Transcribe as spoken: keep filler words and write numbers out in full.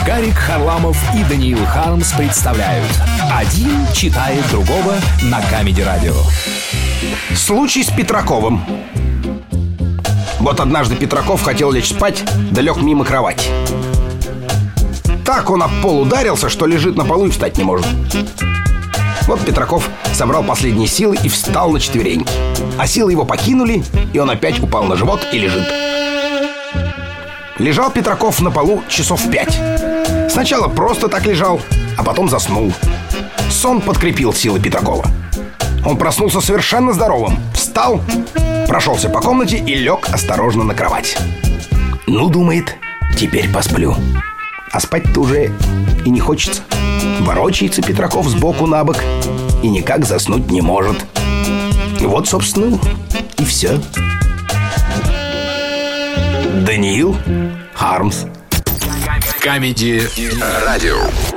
Гарик Харламов и Даниил Хармс представляют «Один читает другого» на Камеди Радио. Случай с Петраковым. Вот однажды Петраков хотел лечь спать, да лег мимо кровати. Так он об пол ударился, что лежит на полу и встать не может. Вот Петраков собрал последние силы и встал на четвереньки. А силы его покинули, и он опять упал на живот и лежит. Лежал Петраков на полу часов пять. Сначала просто так лежал, а потом заснул. Сон подкрепил силы Петракова. Он проснулся совершенно здоровым. Встал, прошелся по комнате и лег осторожно на кровать. Ну, думает, теперь посплю. А спать-то уже и не хочется. Ворочается Петраков сбоку на бок и никак заснуть не может. Вот, собственно, и все. Даниил Хармс. Камеди Радио.